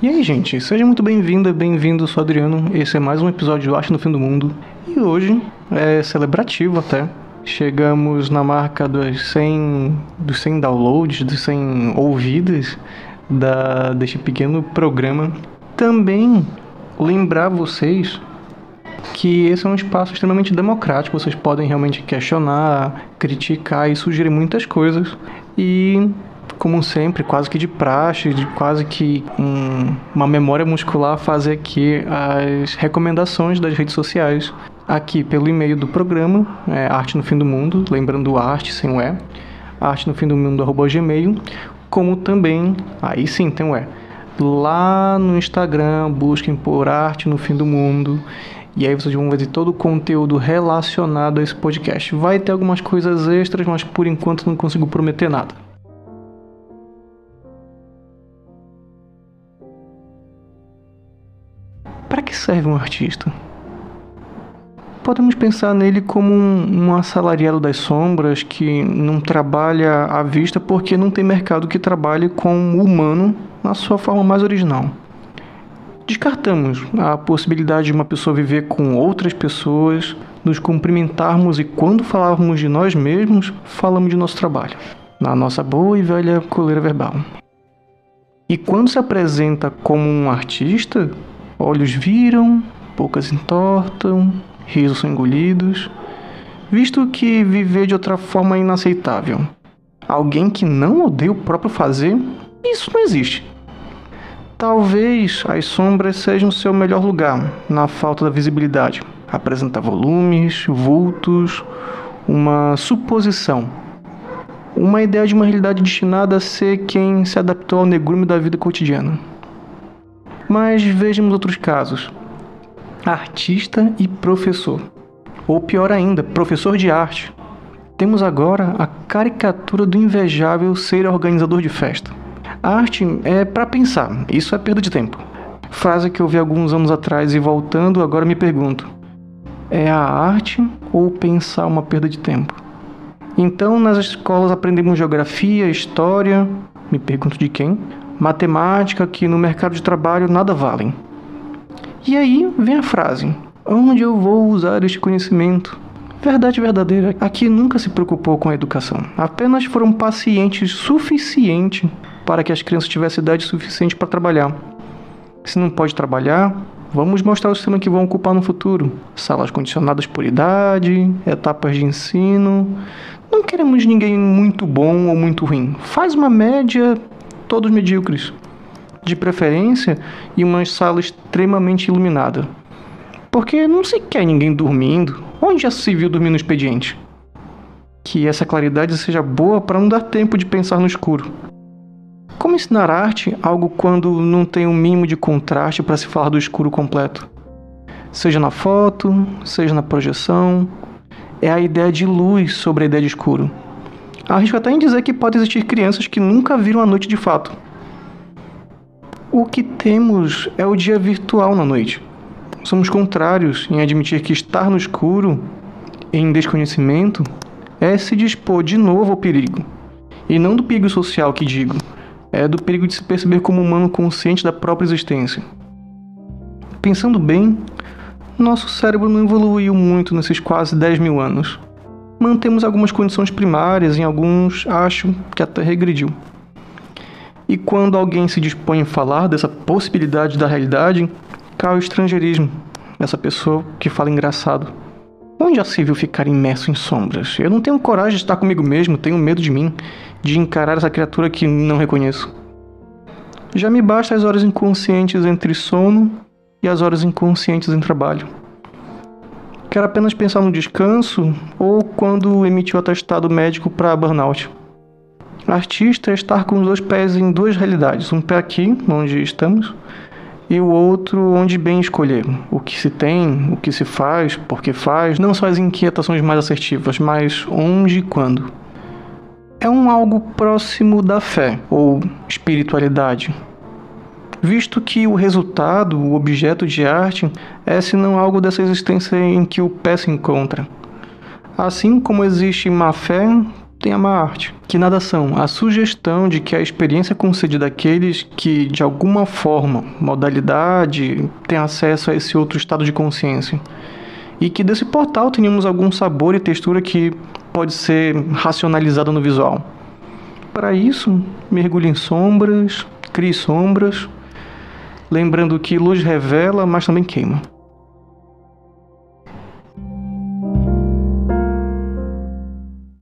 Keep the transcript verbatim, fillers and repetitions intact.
E aí, gente, seja muito bem-vinda, bem-vindo, eu sou o Adriano, esse é mais um episódio do Arte no Fim do Mundo, e hoje é celebrativo até, chegamos na marca dos cem, dos cem downloads, dos cem ouvidas da, deste pequeno programa. Também lembrar vocês que esse é um espaço extremamente democrático, vocês podem realmente questionar, criticar e sugerir muitas coisas, e como sempre, quase que de praxe, de quase que um, uma memória muscular, fazer aqui as recomendações das redes sociais, aqui pelo e-mail do programa, é, Arte no Fim do Mundo, lembrando arte sem o E, arte no fim do mundo arroba gmail, como também, aí sim tem o E, lá no Instagram, busquem por Arte no Fim do Mundo, e aí vocês vão ver todo o conteúdo relacionado a esse podcast. Vai ter algumas coisas extras, mas por enquanto não consigo prometer nada. Para que serve um artista? Podemos pensar nele como um, um assalariado das sombras que não trabalha à vista porque não tem mercado que trabalhe com o humano na sua forma mais original. Descartamos a possibilidade de uma pessoa viver com outras pessoas, nos cumprimentarmos e quando falarmos de nós mesmos, falamos de nosso trabalho, na nossa boa e velha coleira verbal. E quando se apresenta como um artista, olhos viram, bocas entortam, risos são engolidos, visto que viver de outra forma é inaceitável. Alguém que não odeia o próprio fazer, isso não existe. Talvez as sombras sejam o seu melhor lugar, na falta da visibilidade. Apresenta volumes, vultos, uma suposição. Uma ideia de uma realidade destinada a ser quem se adaptou ao negrume da vida cotidiana. Mas vejamos outros casos. Artista e professor. Ou pior ainda, professor de arte. Temos agora a caricatura do invejável ser organizador de festa. A arte é para pensar, isso é perda de tempo. Frase que eu vi alguns anos atrás e voltando, agora me pergunto. É a arte ou pensar uma perda de tempo? Então, nas escolas aprendemos geografia, história, me pergunto de quem? Matemática, que no mercado de trabalho nada valem. E aí vem a frase, onde eu vou usar este conhecimento? Verdade verdadeira, aqui nunca se preocupou com a educação, apenas foram pacientes suficiente para que as crianças tivessem idade suficiente para trabalhar. Se não pode trabalhar, vamos mostrar o sistema que vão ocupar no futuro. Salas condicionadas por idade, etapas de ensino. Não queremos ninguém muito bom ou muito ruim. Faz uma média, todos medíocres. De preferência, em uma sala extremamente iluminada. Porque não se quer ninguém dormindo. Onde já se viu dormir no expediente? Que essa claridade seja boa para não dar tempo de pensar no escuro. Como ensinar arte algo quando não tem um mínimo de contraste para se falar do escuro completo? Seja na foto, seja na projeção, é a ideia de luz sobre a ideia de escuro. Arrisco até em dizer que pode existir crianças que nunca viram a noite de fato. O que temos é o dia virtual na noite. Somos contrários em admitir que estar no escuro, em desconhecimento, é se dispor de novo ao perigo. E não do perigo social que digo, é do perigo de se perceber como humano consciente da própria existência. Pensando bem, nosso cérebro não evoluiu muito nesses quase dez mil anos. Mantemos algumas condições primárias, em alguns acho que até regrediu. E quando alguém se dispõe a falar dessa possibilidade da realidade, cai o estrangeirismo, essa pessoa que fala engraçado. Onde já se viu ficar imerso em sombras? Eu não tenho coragem de estar comigo mesmo, tenho medo de mim, de encarar essa criatura que não reconheço. Já me basta as horas inconscientes entre sono e as horas inconscientes em trabalho. Quero apenas pensar no descanso ou quando emitiu o atestado médico para burnout. Artista é estar com os dois pés em duas realidades, um pé aqui, onde estamos, e o outro onde bem escolher. O que se tem, o que se faz, por que faz, não só as inquietações mais assertivas, mas onde e quando. É um algo próximo da fé, ou espiritualidade, visto que o resultado, o objeto de arte, é senão algo dessa existência em que o pé se encontra. Assim como existe má fé, tem a má arte, que nada são a sugestão de que a experiência concedida àqueles que, de alguma forma, modalidade, têm acesso a esse outro estado de consciência, e que desse portal tenhamos algum sabor e textura que pode ser racionalizado no visual. Para isso, mergulhe em sombras, crie sombras, lembrando que luz revela, mas também queima.